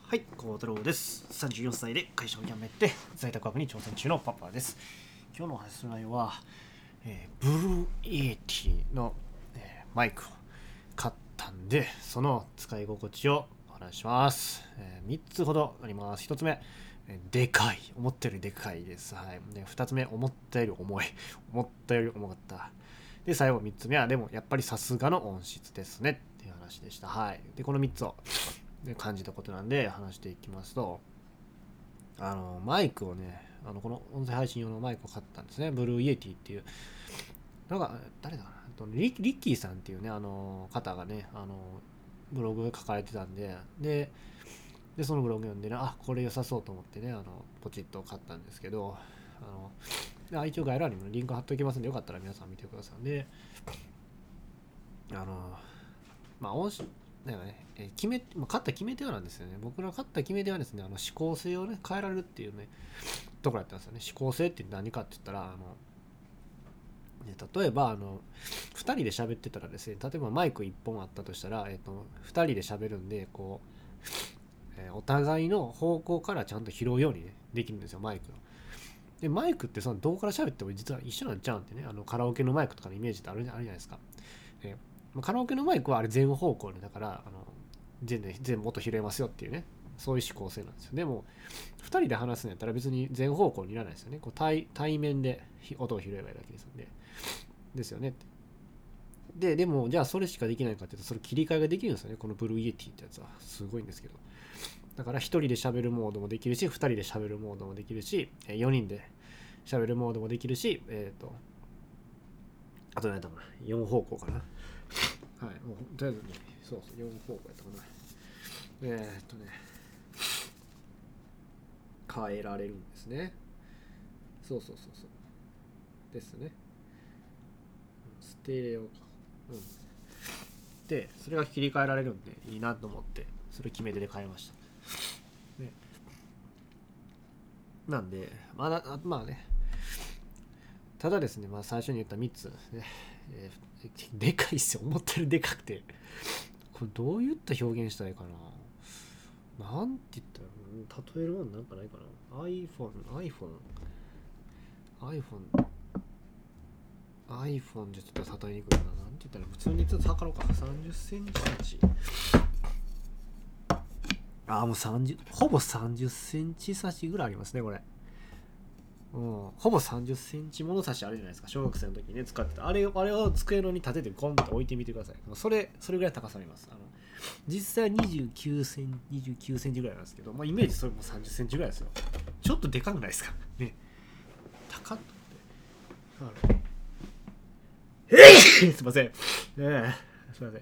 はい、孝太郎です。34歳で会社を辞めて在宅ワークに挑戦中のパパです。今日のお話する内容は、ブルーイエティの、マイクを買ったんで、その使い心地をお話しします。3つほどあります。1つ目、でかい。思ったよりでかいです。はい。で、2つ目、思ったより重い。思ったより重かった。で、最後3つ目は、でもやっぱりさすがの音質ですねっていう話でした。はい。で、この3つを感じたことなんで話していきますと、マイクをね、この音声配信用のマイクを買ったんですね。ブルーイエティっていう。なんか、誰だかな、リッキーさんっていうね、方がね、ブログ書かれてたんで、で、そのブログ読んでね、これ良さそうと思ってね、ポチッと買ったんですけど、一応概要欄にもリンク貼っておきますんで、よかったら皆さん見てください。で、音質、だからね、勝った決め手はなんですよね。僕の勝った決め手はですね、指向性をね、変えられるっていうね、ところやったんですよね。指向性って何かって言ったら、例えば、2人で喋ってたらですね、例えばマイク1本あったとしたら、2人で喋るんで、こう、お互いの方向からちゃんと拾うように、ね、できるんですよ、マイクを。で、マイクってそのどこから喋っても実は一緒なんちゃうんってね、カラオケのマイクとかのイメージってあるじゃないですか。カラオケのマイクはあれ全方向で、だから全部音拾えますよっていうね、そういう指向性なんですよ。でも2人で話すんやったら別に全方向にいらないですよね。こう対面で音を拾えばいいだけですのでですよねって。でもじゃあそれしかできないかっていうと、それ切り替えができるんですよね、このブルーイエティってやつは。すごいんですけど、だから1人で喋るモードもできるし、2人で喋るモードもできるし、4人で喋るモードもできるし、あと何だろうな、4方向かな。はい、もうとりあえずね、そう4方向やったかな。変えられるんですね。そうですね。ステレオか。で、それが切り替えられるんでいいなと思って、それ決め手で変えました。ね、なんで、まあね、ただですね、最初に言った3つね、でかいっすよ。思ったよりでかくて。これどういった表現したらいいかな。なんて言ったら、例えるもんなんかないかな。iPhone じゃちょっと例えにくいな。なんて言ったら、普通にちょっと測ろうか。30センチ。もうほぼ30センチ差しぐらいありますね、これ。ほぼ30センチ物差しあるじゃないですか。小学生の時にね、使ってた。あれを机のに立ててゴンと置いてみてください。それぐらい高さあります。実際29センチぐらいなんですけど、イメージそれも30センチぐらいですよ。ちょっとでかくないですかね。高っと思って。すいません。すいません。ちょ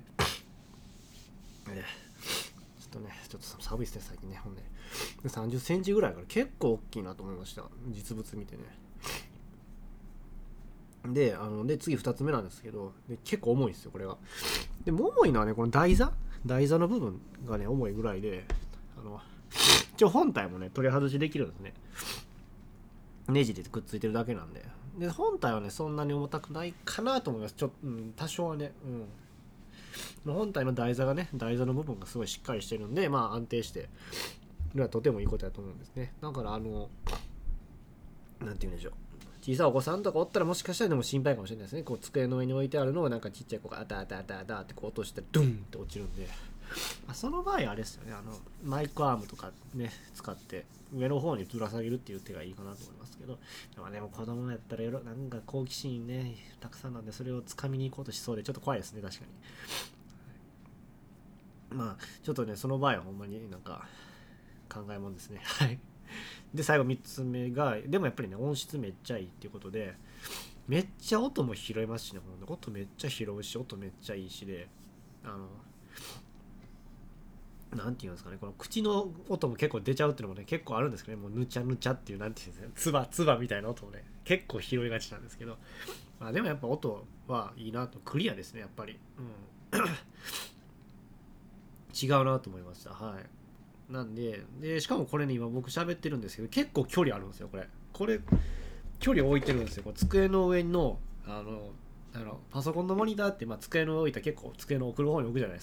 っと寒いですね、最近ね。ほんで。30センチぐらいから結構大きいなと思いました。実物見てね。で次2つ目なんですけど、結構重いんですよ、これが。でも重いのはね、この台座の部分がね、重いぐらいで、一応本体もね、取り外しできるんですね。ネジでくっついてるだけなんで。で、本体はね、そんなに重たくないかなと思います。多少はね、本体の台座の部分がすごいしっかりしてるんで、安定してるのはとてもいいことだと思うんですね。だからなんて言うんでしょう。小さいお子さんとかおったらもしかしたらでも心配かもしれないですね。こう机の上に置いてあるのをなんかちっちゃい子がアタってこう落としてドゥンって落ちるんで、その場合あれですよね。マイクアームとかね使って上の方にぶら下げるっていう手がいいかなと思いますけど、でも子供やったらなんか好奇心ねたくさんなんで、それを掴みに行こうとしそうでちょっと怖いですね、確かに。ちょっとね、その場合はほんまになんか考えもんですね。はい。で最後3つ目が、でもやっぱりね、音質めっちゃいいっていうことで、めっちゃ音も拾えますしね。音めっちゃ拾うし、音めっちゃいいしで、なんていうんですかね、この口の音も結構出ちゃうっていうのもね、結構あるんですけどね。もうぬちゃぬちゃっていう、なんていうんですかね、つばみたいな音もね、結構拾いがちなんですけど、でもやっぱ音はいいなと、クリアですね、やっぱり。違うなと思いました。はい。なんで、しかもこれね、今僕喋ってるんですけど、結構距離あるんですよ、これ、距離置いてるんですよ。机の上の、パソコンのモニターって、机の上置いたら結構机の奥の方に置くじゃないですか。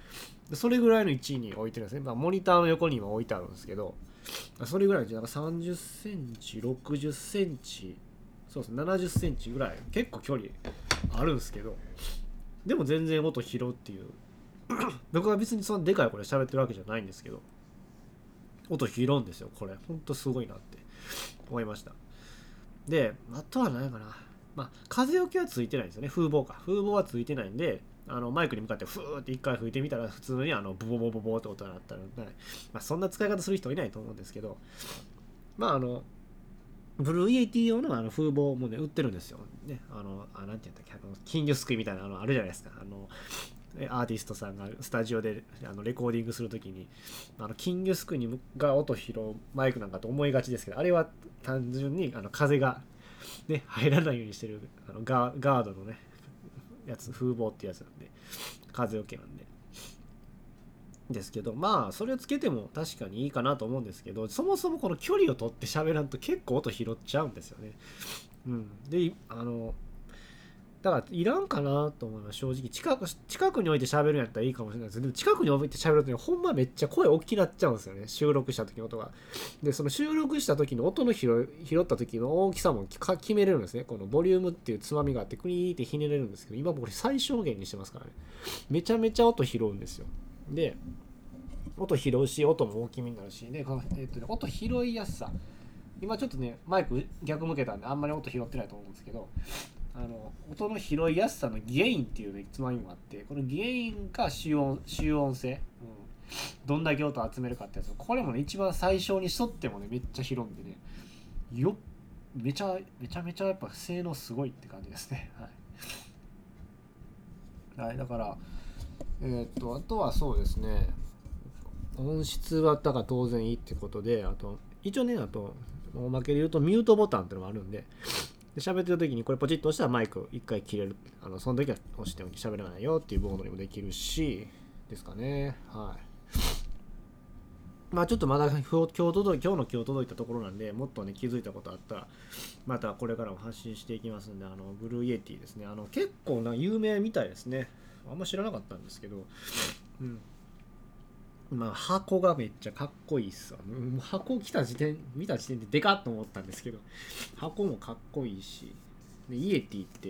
でそれぐらいの位置に置いてるんですね。まあ、モニターの横に今置いてあるんですけど、それぐらいなんか30センチ、60センチ、そうですね、70センチぐらい、結構距離あるんですけど、でも全然音拾うっていう。僕は別にそんなでかい声で喋ってるわけじゃないんですけど、音拾うんですよ。これ、ほんとすごいなって思いました。で、あとは何かな。まあ、風よけはついてないんですよね。風防か。風防はついてないんで、マイクに向かってフーって一回吹いてみたら普通にボボボボボって音が鳴ったので、まあ、そんな使い方する人いないと思うんですけど、まあブルーイエティ用の風防もね売ってるんですよ。ね、なんて言うんだっけ、金魚すくいみたいなあるじゃないですか。アーティストさんがスタジオでレコーディングするときに金魚すくいが音拾うマイクなんかと思いがちですけど、あれは単純に風が、ね、入らないようにしてるガードのねやつ、風防ってやつなんで、風よけなんでですけど、まあそれをつけても確かにいいかなと思うんですけど、そもそもこの距離を取って喋らんと結構音拾っちゃうんですよね。でだからいらんかなと思います。正直近くに置いて喋るんやったらいいかもしれないですけど、でも近くに置いて喋ると、ね、ほんまめっちゃ声大きくなっちゃうんですよね、収録した時の音が。でその収録した時の音の拾った時の大きさも決めれるんですね。このボリュームっていうつまみがあってクリーってひねれるんですけど、今僕最小限にしてますからね。めちゃめちゃ音拾うんですよ。で音拾うし、音も大きめになるし、ね、音拾いやすさ、今ちょっとねマイク逆向けたんであんまり音拾ってないと思うんですけど、音の拾いやすさのゲインっていう、ね、つまみもあって、このゲインが集音性、どんだけ音集めるかってやつ、これもね一番最小にしとってもねめっちゃ拾うんでね、めちゃめちゃやっぱ性能すごいって感じですね。はい、だからあとはそうですね、音質はだから当然いいってことで、あと一応ね、あとおまけで言うとミュートボタンってのもあるんで、喋ってる時にこれポチッと押したらマイク一回切れる、その時は押しておき喋らないよっていうボードにもできるしですかね。はい。まあちょっとまだ今日の今日届いたところなんで、もっとね気づいたことあったらまたこれからも発信していきますんで、ブルーイエティですね、結構な有名みたいですね。あんま知らなかったんですけど、まあ箱がめっちゃかっこいいっすわ。箱見た時点ででかっと思ったんですけど、箱もかっこいいし、でイエティって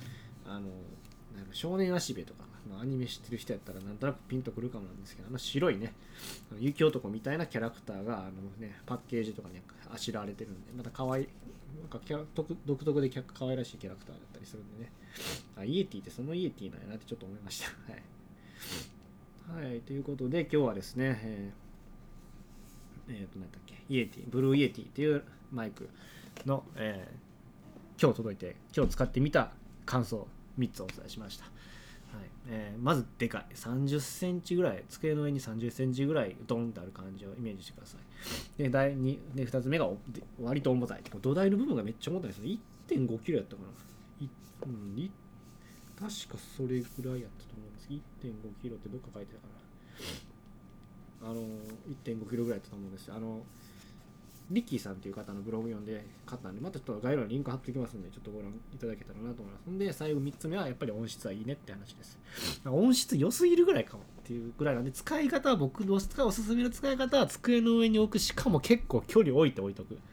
少年足部とかのアニメ知ってる人やったらなんとなくピンとくるかもなんですけど、白いね雪男みたいなキャラクターがパッケージとかにあしらわれてるんで、また可愛い独特で可愛らしいキャラクターだったりするんでね、イエティってそのイエティなんやなってちょっと思いました。はい、ということで今日はですね、何だっけ、イエティ、ブルーイエティっていうマイクの、今日届いて今日使ってみた感想3つお伝えしました。まずでかい30センチぐらい、机の上に30センチぐらいドンってある感じをイメージしてください。で2つ目が割と重たい。土台の部分がめっちゃ重たいですね。 1.5 キロやったかな、確かそれぐらいやったと思うんです。 1.5 キロってどっか書いてたかな。1.5 キロぐらいだったと思うんです。リッキーさんっていう方のブログ読んで買ったんで、またちょっと概要欄にリンク貼っておきますので、ちょっとご覧いただけたらなと思います。んで最後3つ目はやっぱり音質はいいねって話です。音質良すぎるぐらいかもっていうぐらいなんで、使い方は僕のおすすめの使い方は机の上に置く、しかも結構距離置いとく、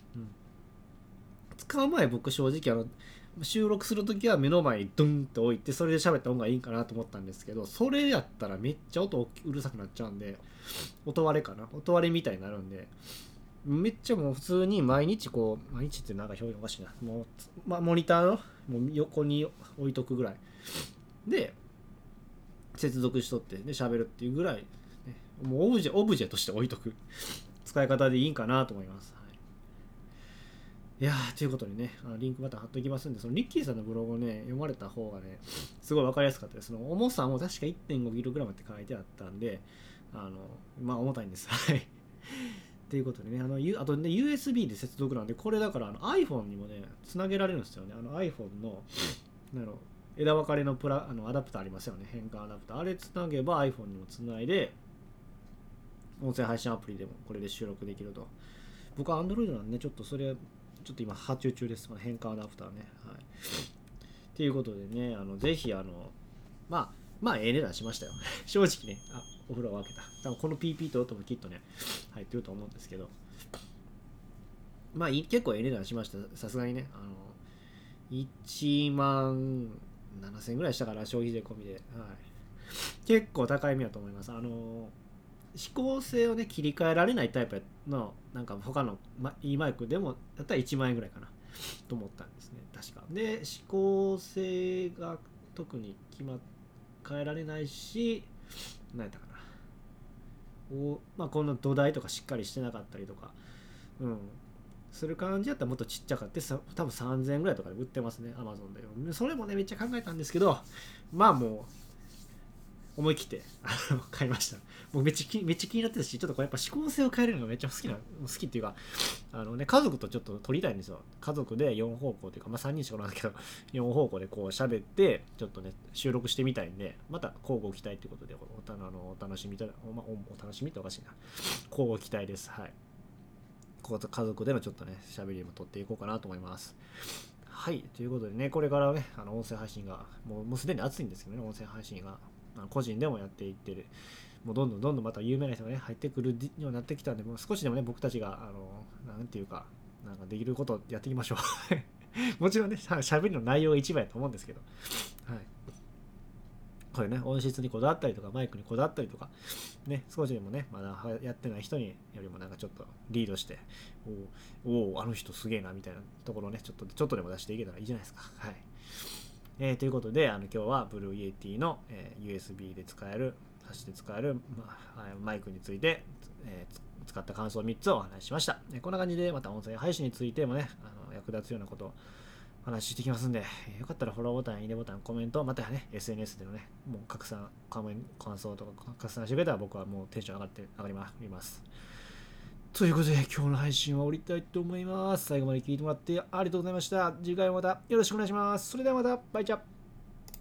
使う前僕正直収録するときは目の前にドンって置いてそれで喋った方がいいんかなと思ったんですけど、それやったらめっちゃ音うるさくなっちゃうんで、音割れみたいになるんで、めっちゃもう普通に毎日ってなんか表現おかしいな、もう、モニターのもう横に置いとくぐらいで接続しとってで喋るっていうぐらい、ね、もうオブジェとして置いとく使い方でいいんかなと思います。いやー、ということでね、リンクまた貼っておきますんで、そのリッキーさんのブログをね、読まれた方がね、すごい分かりやすかったです。その重さも確か 1.5kg って書いてあったんで、まあ重たいんです。はい。ということでね、あとね、USB で接続なんで、これだからiPhone にもね、つなげられるんですよね。iPhone の、枝分かれのアダプターありますよね。変換アダプター。あれつなげば iPhone にもつないで、音声配信アプリでもこれで収録できると。僕は Android なんで、ちょっと今発注中です。変換アダプターね。はい。ということでね、ぜひまあまあ、ええ値段しましたよ。正直ね、お風呂を開けた。多分この PP と音もきっとね、入ってると思うんですけど、まあ、結構ええ値段しました。さすがにね、1万7000円ぐらいしたから、消費税込みで。はい。結構高い目だと思います。指向性をね、切り替えられないタイプの、なんか他の、いいマイクでも、だったら1万円ぐらいかな、と思ったんですね、確か。で、指向性が特に変えられないし、何やったかな。この土台とかしっかりしてなかったりとか、うん、する感じだったらもっとちっちゃかって多分3000円ぐらいとかで売ってますね、アマゾンで。それもね、めっちゃ考えたんですけど、まあもう、思い切って買いました。もうめっちゃ気になってたし、ちょっとこれやっぱ指向性を変えるのがめっちゃ好きっていうか、家族とちょっと撮りたいんですよ。家族で4方向というか、まあ3人しかおらんけど、4方向でこう喋って、ちょっとね、収録してみたいんで、また交互期待ということで、お楽しみお楽しみっておかしいな。交互期待です。はい。家族でのちょっとね、喋りも撮っていこうかなと思います。はい。ということでね、これからね、音声配信が、もうすでに熱いんですけどね、音声配信が。個人でもやっていってる、もうどんどんまた有名な人がね入ってくるようになってきたんで、もう少しでもね僕たちがなんていうかなんかできることをやっていきましょうもちろんね喋りの内容が一番やと思うんですけど、はい、これね音質にこだわったりとかマイクにこだわったりとかね、少しでもねまだやってない人によりもなんかちょっとリードして、おあの人すげえなみたいなところをねちょっとでも出していけたらいいじゃないですか。はい。ということで今日はブルーイエティの、USB で使える挿して使える、マイクについて、使った感想3つをお話ししました。こんな感じでまた音声配信についてもね役立つようなことをお話ししてきますんで、よかったらフォローボタン、いいねボタン、コメント、またはね SNS でのねもう拡散感想とか拡散してくれたら僕はもうテンション上がります。ということで今日の配信は終わりたいと思います。最後まで聞いてもらってありがとうございました。次回もまたよろしくお願いします。それではまたバイチャ。